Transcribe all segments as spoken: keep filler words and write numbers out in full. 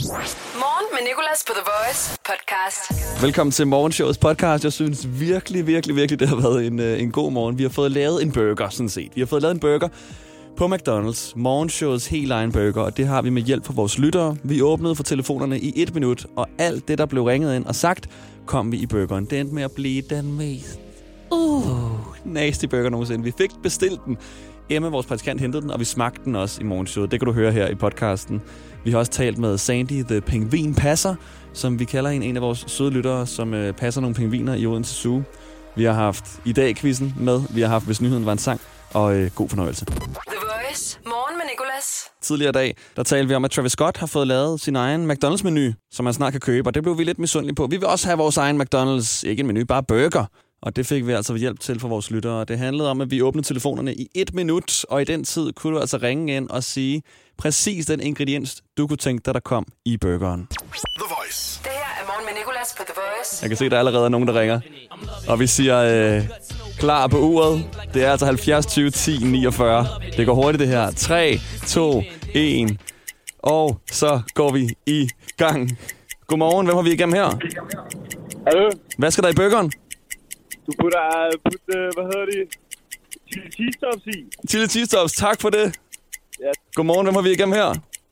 Morgen med Nicolas på The Voice podcast. Velkommen til Morgenshowets podcast. Jeg synes virkelig, virkelig, virkelig, det har været en, en god morgen. Vi har fået lavet en burger, sådan set. Vi har fået lavet en burger på McDonald's. Morgenshowets helt egen burger, og det har vi med hjælp fra vores lyttere. Vi åbnede for telefonerne i et minut, og alt det, der blev ringet ind og sagt, kom vi i burgeren. Det endte med at blive den mest uh, nasty burger nogensinde. Vi fik bestilt den. Emma, vores praktikant, hentede den, og vi smagte den også i morgenshowet. Det kan du høre her i podcasten. Vi har også talt med Sandy, the Pingvin Passer, som vi kalder en, en af vores søde lyttere, som øh, passer nogle pingviner i Odense Zoo. Vi har haft i dag quizzen med. Vi har haft Hvis Nyheden var en sang, og øh, god fornøjelse. The Voice. Morgen med Nicolas. Tidligere dag, der talte vi om, at Travis Scott har fået lavet sin egen McDonald's-menu, som man snart kan købe, og det blev vi lidt misundelige på. Vi vil også have vores egen McDonald's, ikke en menu, bare burger. Og det fik vi altså hjælp til for vores lyttere. Det handlede om, at vi åbnede telefonerne i et minut, og i den tid kunne du altså ringe ind og sige præcis den ingrediens, du kunne tænke dig, der kom i burgeren. The Voice. Det her er Morgen med Nicolas på The Voice. Jeg kan se, at der allerede er nogen, der ringer. Og vi siger øh, klar på uret. Det er altså halvfjerds tyve ti niogfyrre. Det går hurtigt det her. tre, to, et. Og så går vi i gang. Godmorgen, hvem har vi igennem her? Hallo? Hvad skal der i burgeren? Du putter, put, uh, hvad hedder det? Chili cheese tops i. Chili cheese tops, tak for det. Ja. Godmorgen, hvem har vi igennem her?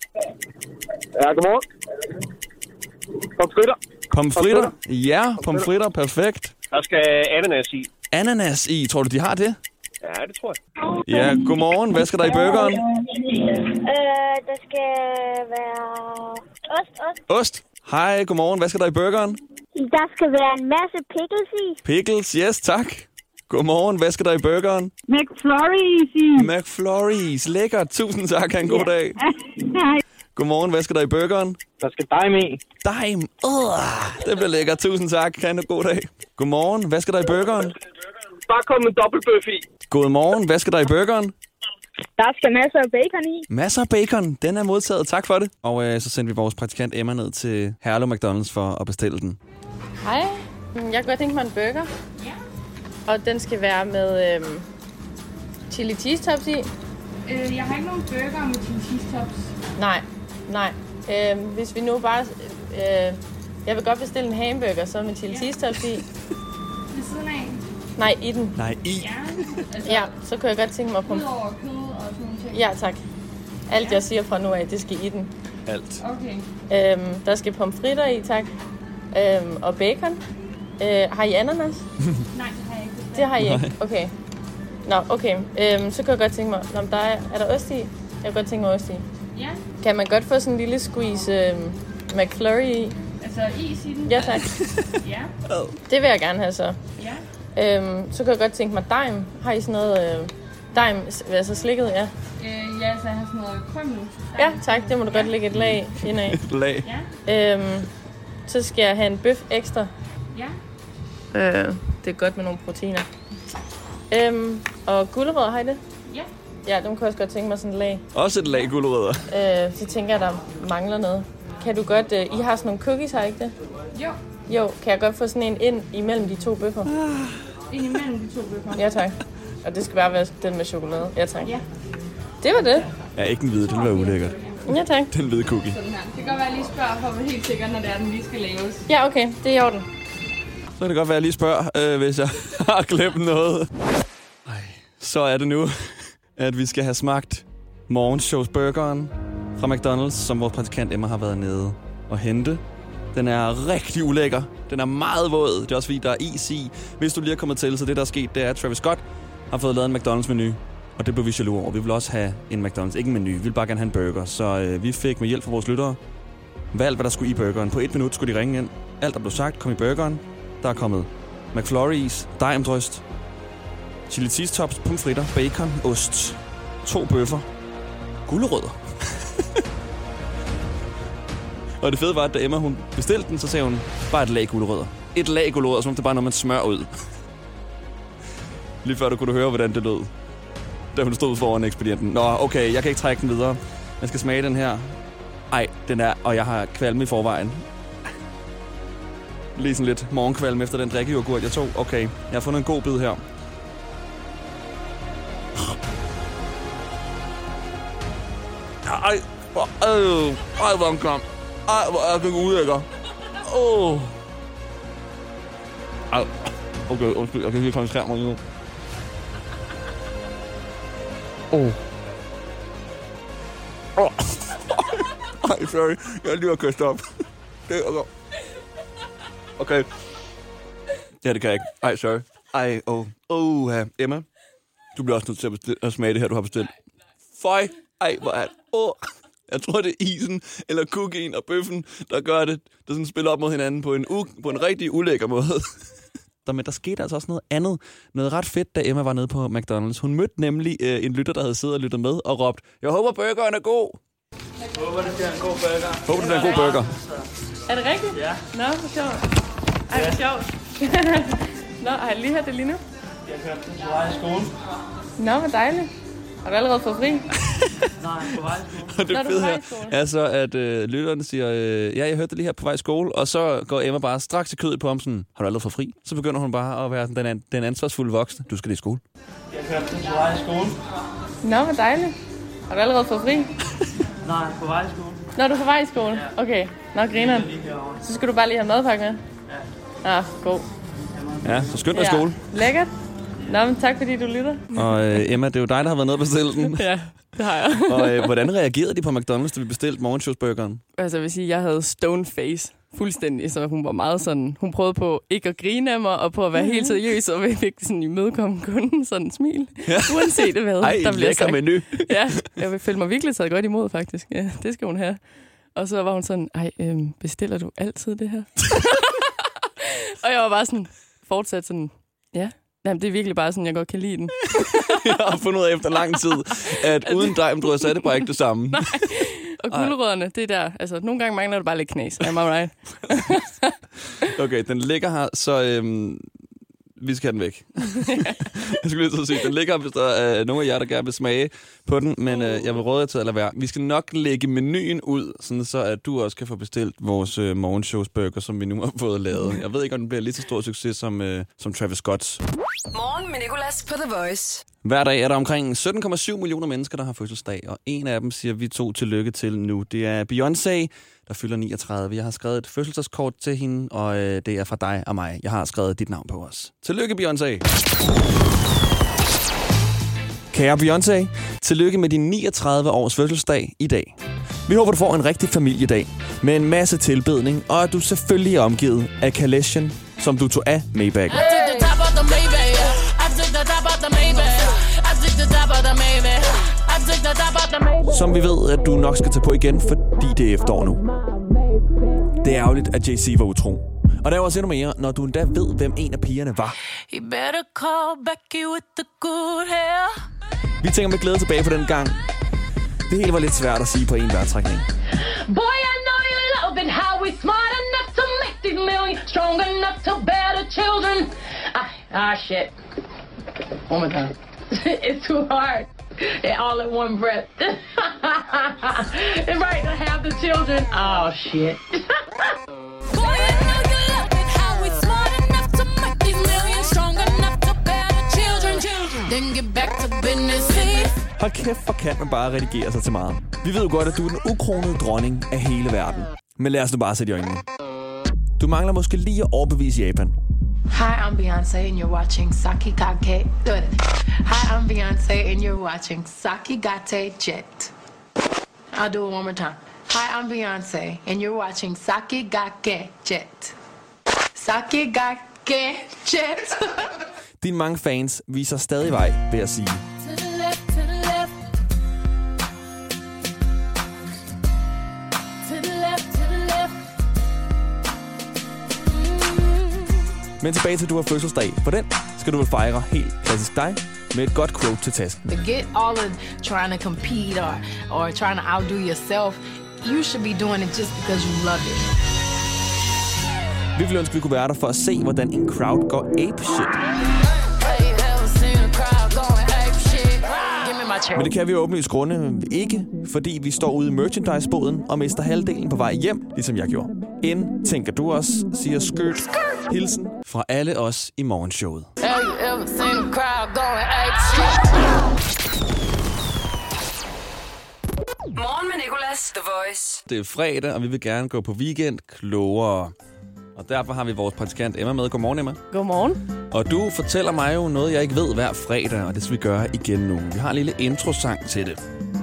Ja, godmorgen. Pomfritter. Pomfritter? Ja, pomfritter, perfekt. Der skal ananas i. Ananas i, tror du, de har det? Ja, det tror jeg. Ja, godmorgen, hvad skal der i burgeren? Øh, der skal være ost, ost. Ost. Hej, godmorgen, hvad skal der i burgeren? Der skal være en masse pickles i. Pickles, yes, tak. Godmorgen, hvad skal der i burgeren? McFlurries i. McFlurries, lækkert, tusind tak, ha' en god dag. Nej. Godmorgen, hvad skal der i burgeren? Der skal dime i. Dime, uh, det bliver lækkert, tusind tak, ha' en god dag. Godmorgen, hvad skal der i burgeren? Bare kom en dobbeltbøf i. Godmorgen, hvad skal der i burgeren? Der skal masser af bacon i. Masser af bacon, den er modtaget, tak for det. Og øh, så sendte vi vores praktikant Emma ned til Herlev McDonald's for at bestille den. Hej, jeg kunne godt tænke mig en burger. Ja. Og den skal være med øhm, chili cheese tops i. Øh, jeg har ikke nogen burger med chili cheese tops. Nej, nej. Øh, hvis vi nu bare... Øh, jeg vil godt bestille en hamburger, så med chili cheese tops i. Ved siden af? Nej, i den. Nej, i. Ja. Altså, Ja, så kunne jeg godt tænke mig på... ud over kød og sådan nogle ting. Ja, tak. Alt, jeg siger fra nu af, det skal i den. Alt. Okay. Øhm, der skal pomfritter i, tak. Øhm, og bacon. Øh, har I ananas? Nej, det har jeg ikke. Det har I ikke? Okay. Nå, okay. Øhm, så kan jeg godt tænke mig... Nå, der er, er der ost i? Jeg kan godt tænke mig ost i. Ja, Kan man godt få sådan en lille squeeze øhm, McFlurry i? altså is i den. Ja, tak. Ja, Det vil jeg gerne have så. ja. Øhm, så kan jeg godt tænke mig dime. Har I sådan noget... Øh, dime, altså slikket, ja. Øh, ja, så jeg har sådan noget krømmel. Ja, tak. Det må du godt lægge et lag ind af. Lag. Ja, Øhm, så skal jeg have en bøf ekstra. ja, Øh, det er godt med nogle proteiner. Øhm, og gulerødder, har I det? ja. Ja, dem kunne jeg også godt tænke mig sådan et lag. Også et lag gulerødder. Øh, så tænker jeg, der mangler noget. Kan du godt... Øh, I har sådan nogle cookies, har I ikke det? Jo, Jo, kan jeg godt få sådan en ind imellem de to bøffer? ind imellem de to bøffer. Ja, tak. Og det skal bare være den med chokolade. Ja, tak. Ja. Det var det. Ja, ikke den hvide, det vil være ulækkert. Ja, tak. Den hvide cookie. Sådan her. Det kan godt være, at jeg lige spørger for at være helt sikker, når det er, den lige skal laves. Ja, okay. Det er i orden. Så kan det godt være, at jeg lige spørger, øh, hvis jeg har glemt noget. Ej, så er det nu, at vi skal have smagt morgenshowsburgeren fra McDonald's, som vores praktikant Emma har været nede og hente. Den er rigtig ulækker. Den er meget våd. Det er også fordi, der er is i. Hvis du lige er kommet til, så det der er sket, det er, at Travis Scott har fået lavet en McDonald's-menu. Og det blev vi jaloux over. Vi vil også have en McDonald's. Ikke en menu. Vi vil bare gerne have en burger. Så øh, vi fik med hjælp fra vores lyttere valgt, hvad der skulle i burgeren. På et minut skulle de ringe ind. Alt, der blev sagt, kom i burgeren. Der er kommet McFlurries, dime-dryst, chili cheese tops, pomfritter, bacon, ost, to bøffer, gulerødder. Og det fede var, at da Emma hun bestilte den, så sagde hun bare et lag gulerødder. Et lag gulerødder, som om det bare er noget, man smør ud. Lige før du kunne høre, hvordan det lød, da hun stod foran ekspedienten. Nå, okay, jeg kan ikke trække den videre. Jeg skal smage den her. Ej, den er, og jeg har kvalme i forvejen. Lige sådan lidt morgenkvalme efter den drikkejoghurt, jeg tog. Okay, jeg har fundet en god bid her. Ej, øh, ej, hvor den kom. Ej, hvor er det ulækker. Åh. Oh. Ej. Okay, undskyld. Jeg kan ikke koncentrere mig lige nu. Åh. Oh. Åh. Oh. Ej, sorry. Jeg er lige at kaste op. Det er okay. Okay. Ja, det kan jeg ikke. Ej, sorry. Ej, åh. Oh. Oh, uh, Emma. Du bliver også nødt til at, bestille, at smage det her, du har bestilt. Føj. Ej, hvor er det. Åh. Oh. Jeg tror, det er isen, eller cookien og bøffen, der gør det. Der sådan spiller op mod hinanden på en, u- på en rigtig ulækker måde. der, men der skete altså også noget andet. Noget ret fedt, da Emma var nede på McDonald's. Hun mødte nemlig øh, en lytter, der havde siddet og lyttet med og råbt, jeg håber, burgeren er god. Jeg håber, det bliver en god burger. Håber, det bliver en god burger. Er det rigtigt? Ja. Nå, hvor sjovt. Ej, hvor sjovt. Nå, har jeg lige hørt det lige nu? Jeg kørte den på vej i skole. Nå, hvor dejligt. Har du allerede fået fri? Nej, på vej i skole. Og det Nå, du fede på vej her i skole. er så, at øh, lytterne siger, øh, ja, jeg hørte det lige her på vej i skole, og så går Emma bare straks til kødet på ham sådan, har du allerede fået fri? Så begynder hun bare at være den, an- den ansvarsfulde voksne. Du skal lige i skole. Jeg kørte den på vej i skole. Nå, hvor dejligt. Har du allerede fået fri? Nej, på vej i skole. Nå, er du på vej i skole? Okay, nå, grineren. Så skal du bare lige have madpakke med? Ja. Ah, god. Ja, så skynd dig i Ja. skole. Lækkert. Nå, men tak fordi du lytter. Og øh, Emma, det er jo dig, der har været nede og bestille den. Ja, det har jeg. Og øh, hvordan reagerede de på McDonald's, da vi bestilte morgenshowsburgeren? Altså, jeg vil sige, jeg havde stone face fuldstændig, så hun var meget sådan, hun prøvede på ikke at grine af mig, og på at være helt seriøs, og fik sådan imødekomme kunden sådan en smil. Ja. Uanset hvad, Ej, der bliver lækker sagt. menu. Ja, jeg vil føle mig virkelig taget godt imod, faktisk. Ja, det skal hun have. Og så var hun sådan, ej, øhm, bestiller du altid det her? Og jeg var bare sådan, fortsat sådan, ja. Jamen, det er virkelig bare sådan, jeg godt kan lide den. Jeg har fundet ud af efter lang tid, at uden dig, tror jeg, så er det bare ikke det samme. Nej. Og gulerødderne, det er der. Altså, nogle gange mangler det bare lidt knas. Am I right? Okay, den ligger her, så øhm, vi skal have den væk. Jeg skulle lige til at sige, den ligger her, hvis der er nogen af jer, der gerne vil smage på den, men øh, jeg vil råde jer til at lade være. Vi skal nok lægge menuen ud, sådan så at du også kan få bestilt vores øh, morgenshowsburger, som vi nu har fået lavet. Jeg ved ikke, om den bliver lige så stor succes som, øh, som Travis Scott's. Morgen med Nicolas på The Voice. Hver dag er der omkring sytten komma syv millioner mennesker, der har fødselsdag, og en af dem siger vi to tillykke til nu. Det er Beyoncé, der fylder niogtredive. Jeg har skrevet et fødselsdagskort til hende, og øh, det er fra dig og mig. Jeg har skrevet dit navn på os. Tillykke, Beyoncé! Kære Beyoncé, tillykke med din niogtredive års fødselsdag i dag. Vi håber, du får en rigtig familiedag med en masse tilbedning, og at du selvfølgelig er omgivet af Kardashian, som du tog af Maybach. Som vi ved, at du nok skal tage på igen, fordi det er efterår nu. Det er ærgerligt, at Jay-Z var utro. Og der er også endnu mere, når du endda ved, hvem en af pigerne var. Vi tænker med glæde tilbage på den gang. Det hele var lidt svært at sige på en vejrtrækning. Boy, I know you love it, how we smart enough to make these millions, strong enough to bear the children. Ah, ah shit. One more time. It's too hard. They're all in one breath. It's right to have the children. Oh, shit. Boy, I know you love it, how we smart enough to make these millions, strong enough to bear the children. Then get back to business. Hold kæft, for kan man bare redigere sig til meget. Vi ved jo godt, at du er den ukronede dronning af hele verden. Men lad os nu bare sætte i øjnene. Du mangler måske lige at overbevise Japan. Hi, I'm Beyoncé and you're watching Sakigake. Hi, I'm Beyoncé and you're watching Sakigate Jet. I'll do it one more time. Hi, I'm Beyoncé and you're watching Sakigake Jet. Sakigake Jet. Dine mange fans viser stadig vej ved at sige. Men tilbage til, at du har fødselsdag. For den skal du vel fejre helt klassisk dig med et godt quote til tasken. Forget all of trying to compete or, or trying to outdo yourself. You should be doing it just because you love it. Vi ville ønske, vi kunne være der for at se, hvordan en crowd går ape shit. Men det kan vi jo åbenlyst grunde ikke, fordi vi står ude i merchandise-båden og mister halvdelen på vej hjem, ligesom jeg gjorde. End tænker du også, siger skørt. Hilsen fra alle os i morgenshowet. Morgen med Nicolas Nicolas, The Voice. Det er fredag, og vi vil gerne gå på weekend klogere. Og derfor har vi vores praktikant Emma med. Godmorgen, Emma. Godmorgen. Og du fortæller mig jo noget, jeg ikke ved hver fredag, og det skal vi gøre igen nu. Vi har en lille introsang til det.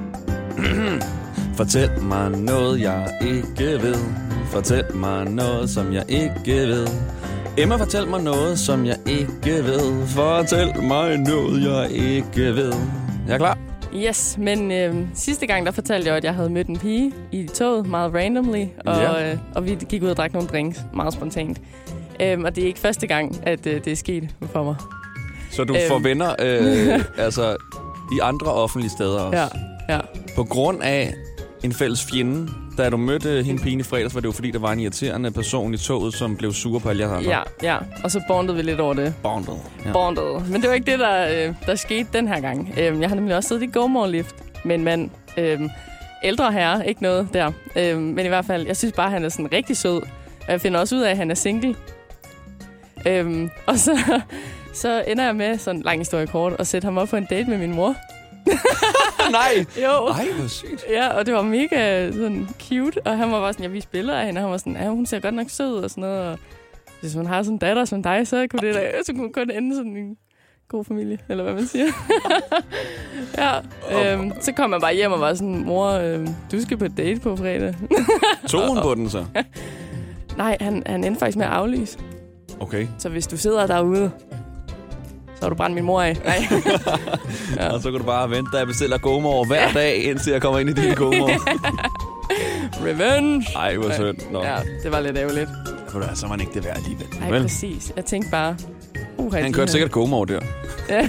Fortæl mig noget, jeg ikke ved. Fortæl mig noget, som jeg ikke ved. Emma, fortæl mig noget, som jeg ikke ved. Fortæl mig noget, jeg ikke ved. Jeg er klar. Yes, men øh, sidste gang, der fortalte jeg, at jeg havde mødt en pige i toget, meget randomly, og, Ja. øh, og vi gik ud og drak nogle drinks, meget spontant. Øhm, og det er ikke første gang, at øh, det er sket for mig. Så du Øhm. får venner øh, altså, i andre offentlige steder også? Ja, ja. På grund af en fælles fjende. Da du mødte hende pigen i fredags, var det jo fordi, der var en irriterende person i toget, som blev sur på alle jer andre. Ja, ja. Og så bondede vi lidt over det. Bondet. Ja. Bondede. Men det var ikke det, der, øh, der skete den her gang. Øhm, jeg har nemlig også siddet i GoMore-lift med en mand. Øhm, ældre herre, ikke noget der. Øhm, men i hvert fald, jeg synes bare, han er sådan rigtig sød. Og jeg finder også ud af, at han er single. Øhm, og så, så ender jeg med, sådan lang historie kort, at sætte ham op på en date med min mor. Nej! Jo. Ej, hvor sygt. Ja, og det var mega sådan cute. Og han var bare sådan, ja, vi spiller af hende. Og han var sådan, ja, hun ser godt nok sød og sådan noget. Og hvis man har sådan en datter som dig, så kunne det da, så kunne kun ende sådan en god familie, eller hvad man siger. Ja, øhm, så kom man bare hjem og var sådan, mor, øhm, du skal på date på fredag. Tog hun på den så? Nej, han, han endte faktisk med at aflyse. Okay. Så hvis du sidder derude, så har du brændt min mor af. Nej. Ja. Og så kan du bare vente, da jeg bestiller GoMore hver dag, indtil jeg kommer ind i din GoMore. Revenge! Ej, hvor synd. Nå. Ja, det var lidt ærgerligt. Så var han ikke det værd alligevel. Ej, Vel? præcis. Jeg tænkte bare... Uh, han kørte sikkert GoMore der. Ja.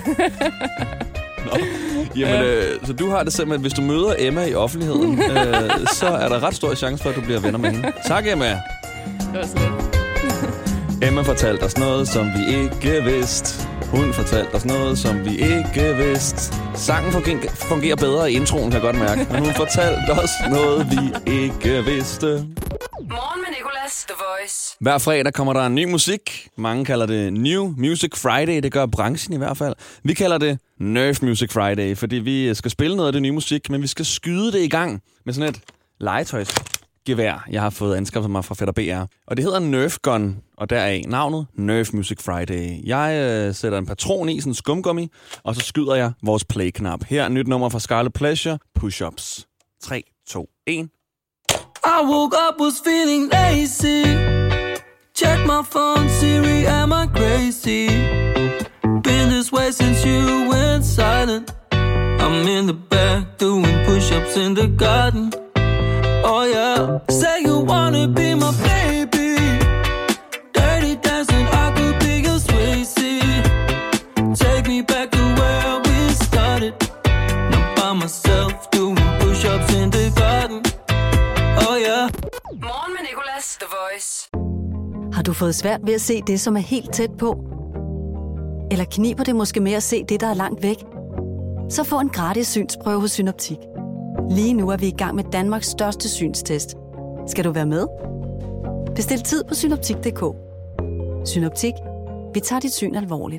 Nå. Jamen, øh, så du har det simpelthen, hvis du møder Emma i offentligheden, øh, så er der ret stor chance for, at du bliver venner med hende. Tak, Emma. Det var så lidt. Emma fortalte os noget, som vi ikke vidste. Hun fortalte os noget, som vi ikke vidste. Sangen fungerer, fungerer bedre i introen, kan jeg godt mærke. Men hun fortalte os noget, vi ikke vidste. Morgen med Nicolas, The Voice. Hver fredag kommer der en ny musik. Mange kalder det New Music Friday. Det gør branchen i hvert fald. Vi kalder det Nerf Music Friday, fordi vi skal spille noget af det nye musik, men vi skal skyde det i gang med sådan et legetøjsgevær, jeg har fået anskaffet mig fra Fætter B R. Og det hedder Nerf Gun, og deraf navnet Nerf Music Friday. Jeg øh, sætter en patron i, sådan en skumgummi, og så skyder jeg vores play-knap. Her er et nyt nummer fra Scarlet Pleasure, Push-Ups. tre, to, et. I woke up, was feeling lazy. Check my phone, Siri, am I crazy? Been this way since you went silent. I'm in the back doing push-ups in the garden. Oh yeah, say you wanna be my baby. Dirty dancing, I could be your Swayze. Take me back to where we started. Not by myself doing push-ups in the garden. Oh yeah. Morgen med Nicolas, The Voice. Har du fået svært ved at se det, som er helt tæt på? Eller kniber det måske med at se det, der er langt væk? Så få en gratis synsprøve hos Synoptik. Lige nu er vi i gang med Danmarks største synstest. Skal du være med? Bestil tid på synoptik punktum d k. Synoptik. Vi tager dit syn alvorligt.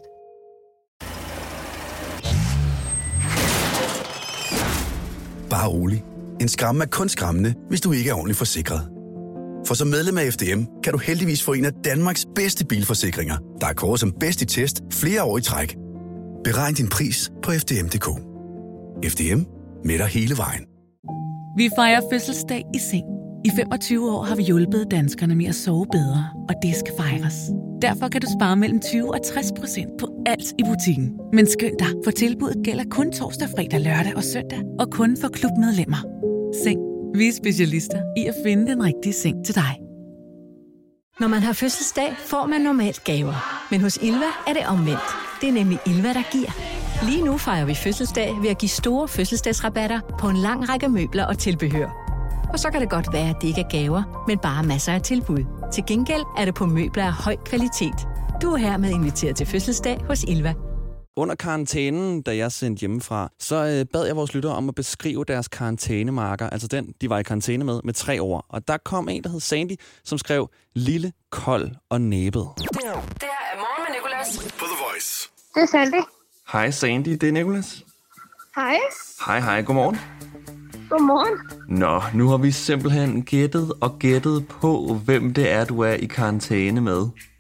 Bare rolig. En skræmme er kun skræmmende, hvis du ikke er ordentligt forsikret. For som medlem af F D M kan du heldigvis få en af Danmarks bedste bilforsikringer, der er kåret som bedst i test flere år i træk. Beregn din pris på f d m punktum d k. F D M med dig hele vejen. Vi fejrer fødselsdag i seng. I femogtyve år har vi hjulpet danskerne med at sove bedre, og det skal fejres. Derfor kan du spare mellem tyve og tres procent på alt i butikken. Men skynd dig, for tilbuddet gælder kun torsdag, fredag, lørdag og søndag, og kun for klubmedlemmer. Seng. Vi er specialister i at finde den rigtige seng til dig. Når man har fødselsdag, får man normalt gaver. Men hos Ilva er det omvendt. Det er nemlig Ilva, der giver. Lige nu fejrer vi fødselsdag ved at give store fødselsdagsrabatter på en lang række møbler og tilbehør. Og så kan det godt være, at det ikke er gaver, men bare masser af tilbud. Til gengæld er det på møbler af høj kvalitet. Du er hermed inviteret til fødselsdag hos Ilva. Under karantænen, da jeg sendte hjemmefra, så øh, bad jeg vores lyttere om at beskrive deres karantænemarker, altså den, de var i karantæne med, med tre ord. Og der kom en, der hed Sandy, som skrev lille, kold og næbet. Det her er Morgen med Nicolas. På The Voice. Det er Sandy. Hej Sandy, det er Nicolas. Hej. Hej, hej, godmorgen. Godmorgen. Nå, nu har vi simpelthen gættet og gættet på, hvem det er, du er i karantæne med.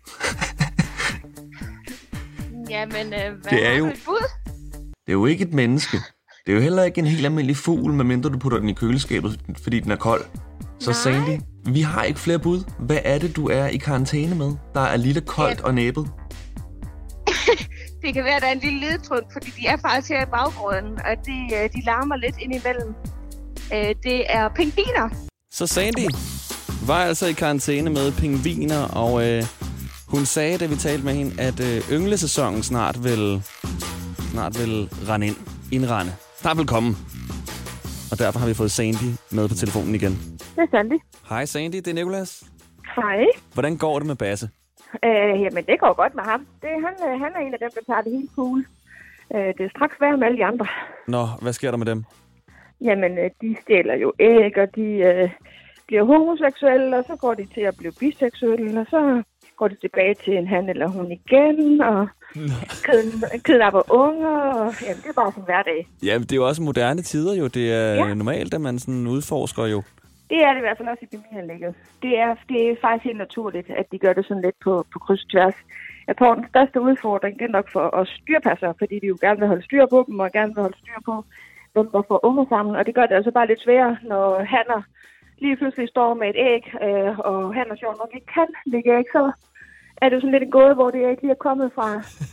Jamen, øh, hvad Det er har jo- du et bud? Det er jo ikke et menneske. Det er jo heller ikke en helt almindelig fugl, medmindre du putter den i køleskabet, fordi den er kold. Så Sandy, vi har ikke flere bud. Hvad er det, du er i karantæne med, der er lille koldt og næbet? Det kan være, at der er en lille ledtrunk, fordi de er faktisk her i baggrunden, og de, øh, de larmer lidt indimellem. Øh, Det er pingviner. Så Sandy var altså i karantæne med pingviner, og øh, hun sagde, da vi talte med hende, at øh, ynglesæsonen snart vil, snart vil rende ind, indrende. Snart vil komme. Og derfor har vi fået Sandy med på telefonen igen. Det er Sandy. Hej Sandy, det er Nicolas. Hej. Hvordan går det med Basse? Øh, jamen, det går godt med ham. Det, han, øh, han er en af dem, der tager det hele cool. Øh, det er straks værre med alle de andre. Nå, hvad sker der med dem? Jamen, øh, de stjæler jo æg, og de øh, bliver homoseksuelle, og så går de til at blive biseksuelle, og så går de tilbage til en han eller hun igen, og kid- kidnapper unger, og jamen, det er bare sådan hverdag. Ja, det er jo også moderne tider jo. Det er Ja. ja. normalt, at man sådan udforsker jo. Det er det i hvert fald også i bemiddelanlægget. Det er, det er faktisk helt naturligt, at de gør det sådan lidt på, på kryds og tværs. Jeg tror, den største udfordring det er nok for os styrpasser, fordi de jo gerne vil holde styr på dem, og gerne vil holde styr på, hvem der får unger sammen. Og det gør det altså bare lidt sværere, når hanner lige pludselig står med et æg, øh, og hanner sjovt nok ikke kan lægge æg, så er det jo sådan lidt en gåde, hvor det ikke lige er kommet fra.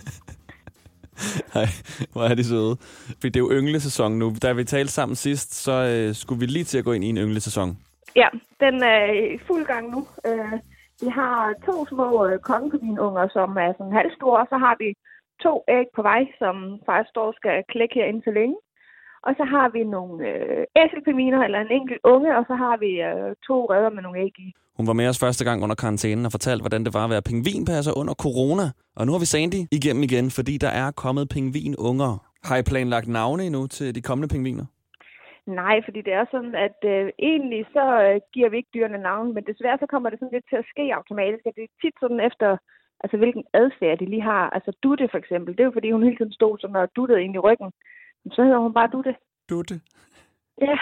Nej, hvor er de søde. Fordi det er jo ynglesæson nu. Da vi talte sammen sidst, så øh, skulle vi lige til at gå ind i en ynglesæson. Ja, den er i fuld gang nu. Øh, vi har to små øh, kongepingvinunger, som er sådan halvstore, og så har vi to æg på vej, som faktisk står og skal klække her indtil længe. Og så har vi nogle øh, æselpingviner, eller en enkelt unge, og så har vi øh, to reder med nogle æg i. Hun var med os første gang under karantænen og fortalte, hvordan det var at være pingvinpasser under corona. Og nu har vi Sandy igennem igen, fordi der er kommet pingvinunger. Har I planlagt navne endnu til de kommende pingviner? Nej, fordi det er sådan, at øh, egentlig så øh, giver vi ikke dyrene navn, men desværre så kommer det sådan lidt til at ske automatisk, at det er tit sådan efter, altså hvilken adfærd de lige har. Altså Dutte for eksempel, det er jo fordi hun hele tiden stod sådan og duttede ind i ryggen. Så hedder hun bare Dutte. Dutte? Ja.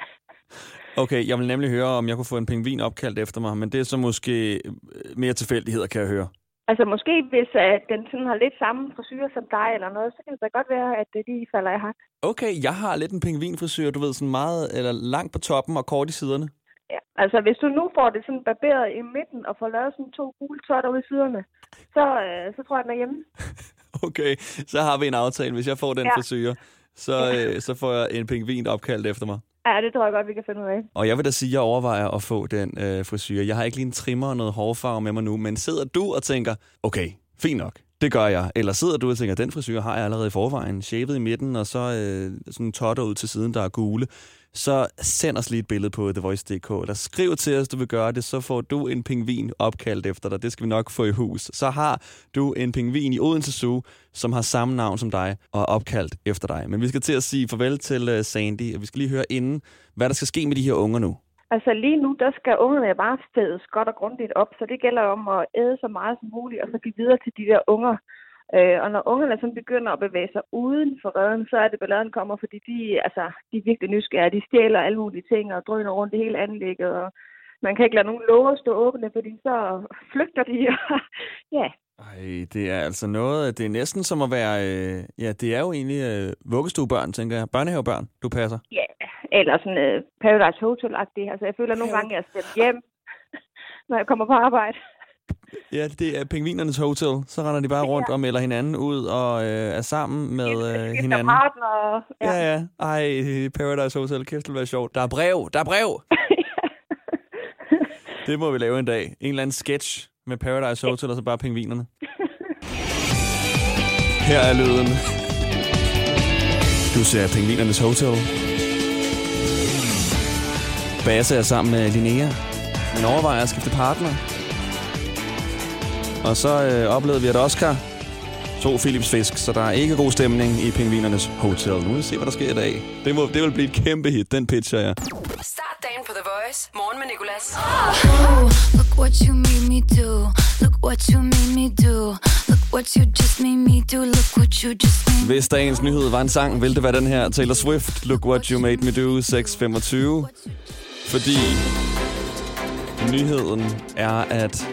Okay, jeg vil nemlig høre, om jeg kunne få en pingvin opkaldt efter mig, men det er så måske mere tilfældigheder, kan jeg høre. Altså måske hvis uh, den sådan har lidt samme frisyr som dig eller noget, så kan det da godt være, at det lige falder i hak. Okay, jeg har lidt en pingvinfrisyr, du ved, sådan meget eller langt på toppen og kort i siderne. Ja, altså hvis du nu får det sådan barberet i midten og får lavet sådan to gule totter ud i siderne, så, uh, så tror jeg, den er hjemme. Okay, så har vi en aftale. Hvis jeg får den Ja. frisyr, så, øh, så får jeg en pingvin opkaldt efter mig. Ja, det tror jeg godt, vi kan finde ud af. Og jeg vil da sige, at jeg overvejer at få den øh, frisyr. Jeg har ikke lige en trimmer og noget hårfarve med mig nu, men sidder du og tænker, okay, fint nok, det gør jeg. Eller sidder du og tænker, den frisyr har jeg allerede i forvejen, shavet i midten, og så øh, sådan totter ud til siden, der er gule. Så send os lige et billede på The Voice punktum d k, eller skriv til os, du vil gøre det, så får du en pingvin opkaldt efter dig. Det skal vi nok få i hus. Så har du en pingvin i Odense Zoo, som har samme navn som dig, og er opkaldt efter dig. Men vi skal til at sige farvel til uh, Sandy, og vi skal lige høre inden, hvad der skal ske med de her unger nu. Altså lige nu, der skal ungerne bare fædes godt og grundigt op, så det gælder om at æde så meget som muligt, og så give videre til de der unger. Øh, og når ungerne sådan begynder at bevæge sig uden for reden, så er det balladen kommer, fordi de, altså, de er virkelig nysgerrige. De stjæler alle mulige ting og drøner rundt det hele anlægget, og man kan ikke lade nogen låger stå åbne, fordi så flygter de. Ja. Ej, det er altså noget, det er næsten som at være, øh, ja, det er jo egentlig øh, vuggestuebørn, tænker jeg. Børnehavebørn, du passer. Ja, eller sådan uh, Paradise Hotel-agtigt. Altså jeg føler nogle gange, at jeg er stemt hjem, når jeg kommer på arbejde. Ja, det er pingvinernes hotel. Så render de bare rundt ja. og melder hinanden ud og øh, er sammen med øh, hinanden. Partner, ja. ja, ja. Ej, Paradise Hotel, kæft, det vil være sjovt. Der er brev, der er brev! Det må vi lave en dag. En eller anden sketch med Paradise Hotel og så bare pingvinerne. Her er lyden. Du ser Pingvinernes Hotel. Basse er sammen med Linnea. Men overvejer at skifte partner. Og så øh, oplevede vi, at Oscar tog Philips fisk, så der er ikke god stemning i Pingvinernes Hotel. Nu vil vi se, hvad der sker i dag. Det, må, det vil blive et kæmpe hit, den pitcher jeg. Start dagen på The Voice. Morgen med Nicolas. Oh, look what you made me do. Look what you made me do. Look what you just made me do. Look what you just made me do. Hvis dagens nyhed var en sang, ville det være den her. Taylor Swift, Look What You Made Me Do, seks femogtyve. Fordi nyheden er, at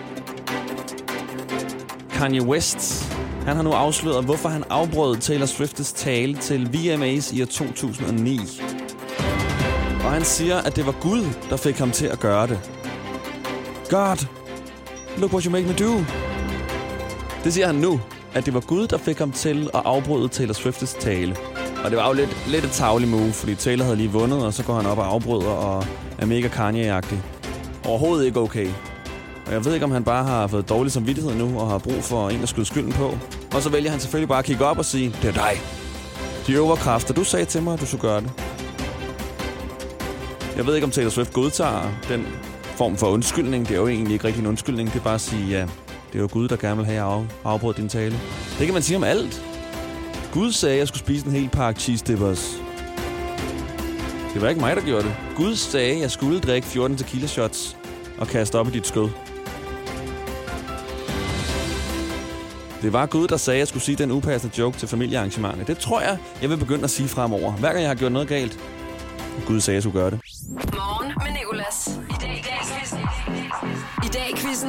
Kanye West, han har nu afsløret, hvorfor han afbrød Taylor Swifts tale til V M A's i år to tusind og ni. Og han siger, at det var Gud, der fik ham til at gøre det. God, look what you make me do. Det siger han nu, at det var Gud, der fik ham til at afbryde Taylor Swifts tale. Og det var jo lidt, lidt et tarveligt move, fordi Taylor havde lige vundet, og så går han op og afbryder og er mega Kanye-agtig. Overhovedet ikke okay. Og jeg ved ikke, om han bare har fået dårlig samvittighed nu, og har brug for en at skyde skylden på. Og så vælger han selvfølgelig bare at kigge op og sige, det er dig. De øvre kræfter, du sagde til mig, at du skulle gøre det. Jeg ved ikke, om Taylor Swift godtager den form for undskyldning. Det er jo egentlig ikke rigtig en undskyldning. Det er bare at sige, ja, det er jo Gud, der gerne vil have af, afbrudt din tale. Det kan man sige om alt. Gud sagde, at jeg skulle spise en hel pakke cheese dippers. Det var ikke mig, der gjorde det. Gud sagde, at jeg skulle drikke fjorten tequila shots og kaste op i dit skød. Det var Gud, der sagde, at jeg skulle sige den upassende joke til familiearrangementet. Det tror jeg, jeg vil begynde at sige fremover. Hver gang jeg har gjort noget galt, Gud sagde, at jeg skulle gøre det. Morgen med Nicolas. I dag i dag quizzen. I dag i quizzen.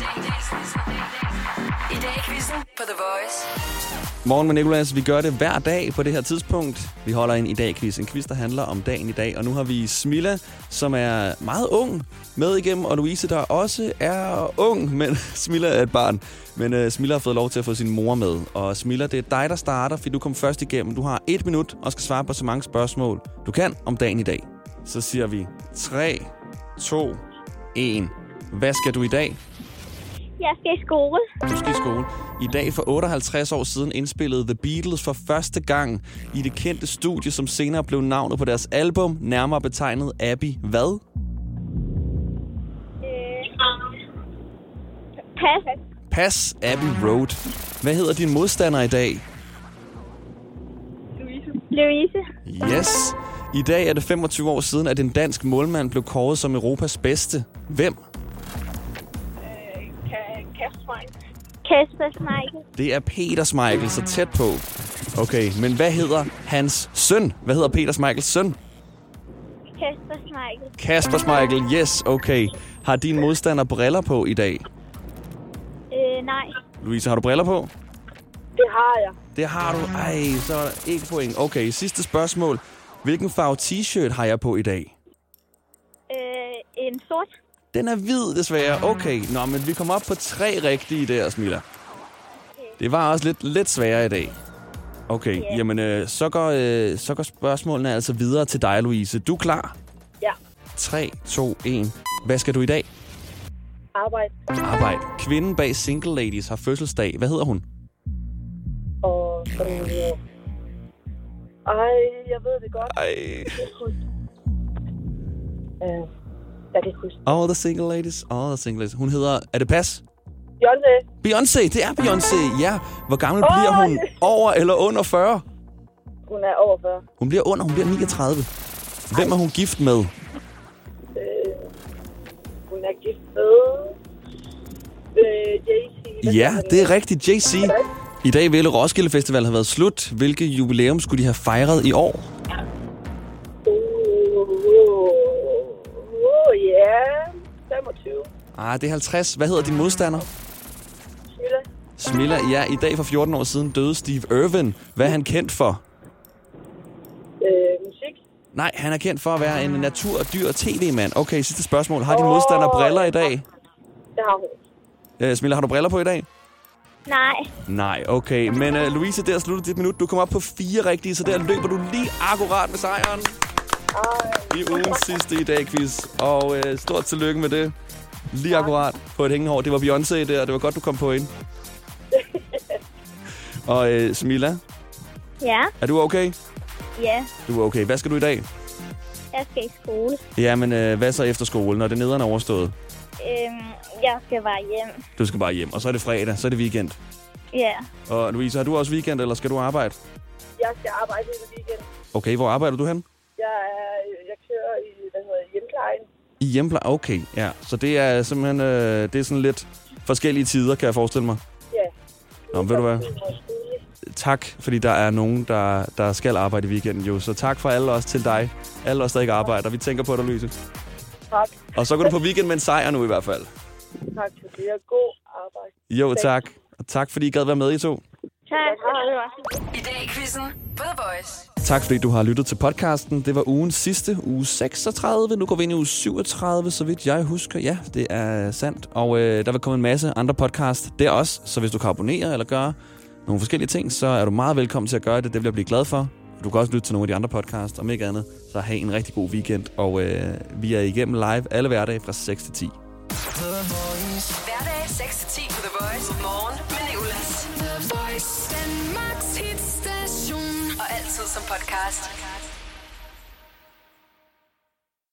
I dag i quizzen på The Voice. Morgen med Nicolas. Vi gør det hver dag på det her tidspunkt. Vi holder en i dag quiz. En quiz, der handler om dagen i dag. Og nu har vi Smilla, som er meget ung, med igennem. Og Louise, der også er ung, men Smilla er et barn. Men uh, Smilla har fået lov til at få sin mor med. Og Smilla, det er dig, der starter, fordi du kom først igennem. Du har et minut og skal svare på så mange spørgsmål, du kan om dagen i dag. Så siger vi tre, to, et. Hvad skal du i dag? Jeg skal i skole. Du skal i skole. I dag for otteoghalvtreds år siden indspillede The Beatles for første gang i det kendte studie, som senere blev navnet på deres album, nærmere betegnet Abbey hvad? Øh, pas. Pas Abbey Road. Hvad hedder din modstander i dag? Louise. Louise. Yes. I dag er det femogtyve år siden, at en dansk målmand blev kåret som Europas bedste. Hvem? Kasper Schmeichel. Det er Peter Schmeichel, så tæt på. Okay, men hvad hedder hans søn? Hvad hedder Peter Schmeichels søn? Kasper Schmeichel. Kasper Schmeichel, yes, okay. Har din modstander briller på i dag? Øh, nej. Louise, har du briller på? Det har jeg. Det har du. Ej, så er der ikke point. Okay, sidste spørgsmål. Hvilken farve t-shirt har jeg på i dag? Øh, en sort. Den er hvid, desværre. Okay, nå, men vi kommer op på tre rigtige der, Smilla. Det var også lidt, lidt sværere i dag. Okay, yeah. Jamen, øh, så, går, øh, så går spørgsmålene altså videre til dig, Louise. Du er klar? Ja. tre, to, et. Hvad skal du i dag? Arbejde. Arbejde. Kvinden bag Single Ladies har fødselsdag. Hvad hedder hun? Og øh, ej, jeg ved det godt. Ej. Øh, jeg kan ikke huske. All the Single Ladies, all the Single Ladies. Hun hedder... Er det pas? Beyoncé. Beyoncé, det er Beyoncé, ja. Hvor gammel oh, bliver hun? Over eller under fyrre? Hun er over fyrre. Hun bliver under, hun bliver niogtredive. Hvem er hun gift med? Øh, hun er gift med... Øh, Jay-Z. Ja, det er rigtigt, Jay-Z. I dag ville Roskilde Festival have været slut. Hvilket jubilæum skulle de have fejret i år? Åh, ja. femogtyve. Ah, det er halvtreds. Hvad hedder din modstander? Smilla. Smilla, ja. I dag for fjorten år siden døde Steve Irwin. Hvad er han kendt for? Øh, musik. Nej, han er kendt for at være en natur- og dyr- tv-mand. Okay, sidste spørgsmål. Har din modstander briller i dag? Det har hun. Øh, Smilla, har du briller på i dag? Nej. Nej, okay. Men uh, Louise, der slutter dit minut. Du kommer op på fire rigtige, så der løber du lige akkurat med sejren. Ej. I ugens sidste i dag quiz. Og uh, stort tillykke med det. Lige akkurat på et hængende hår. Det var Beyoncé der. Det var godt, du kom på ind. Og uh, Smilla? Ja? Er du okay? Ja. Du er okay. Hvad skal du i dag? Jeg skal i skole. Jamen, uh, hvad så efter skole, når det nederen er overstået? Øhm, jeg skal bare hjem. Du skal bare hjem. Og så er det fredag. Så er det weekend. Ja. Og Louise, har du også weekend, eller skal du arbejde? Jeg skal arbejde i weekend. Okay, hvor arbejder du hen? Jeg, jeg kører i, hvad hedder, hjemplejen. I hjemplejen? Okay, ja. Så det er simpelthen, øh, det er sådan lidt forskellige tider, kan jeg forestille mig. Ja. Nå, ved du hvad? Tak, fordi der er nogen, der, der skal arbejde i weekenden jo. Så tak for alle os til dig. Alle os, der ikke arbejder. Vi tænker på dig, Louise. Tak. Og så går du på weekend med en sejr nu i hvert fald. Tak for det, og god arbejde. Jo, tak. Og tak, fordi I gad være med, I to. Tak. I dag i quizzen på The Voice. Tak, fordi du har lyttet til podcasten. Det var ugens sidste, uge seksogtredive. Nu går vi ind i uge syvogtredive, så vidt jeg husker. Ja, det er sandt. Og øh, der vil komme en masse andre podcasts der også. Så hvis du kan abonnere eller gøre nogle forskellige ting, så er du meget velkommen til at gøre det. Det vil jeg blive glad for. Du kan også lytte til nogle af de andre podcasts. Om ikke andet, så have en rigtig god weekend. Og øh, vi er igennem live alle hverdage fra seks til ti. Hverdag seks til ti på The Voice. Morgen med Nicolas. The Voice. Danmarks hitstation. Og altid som podcast.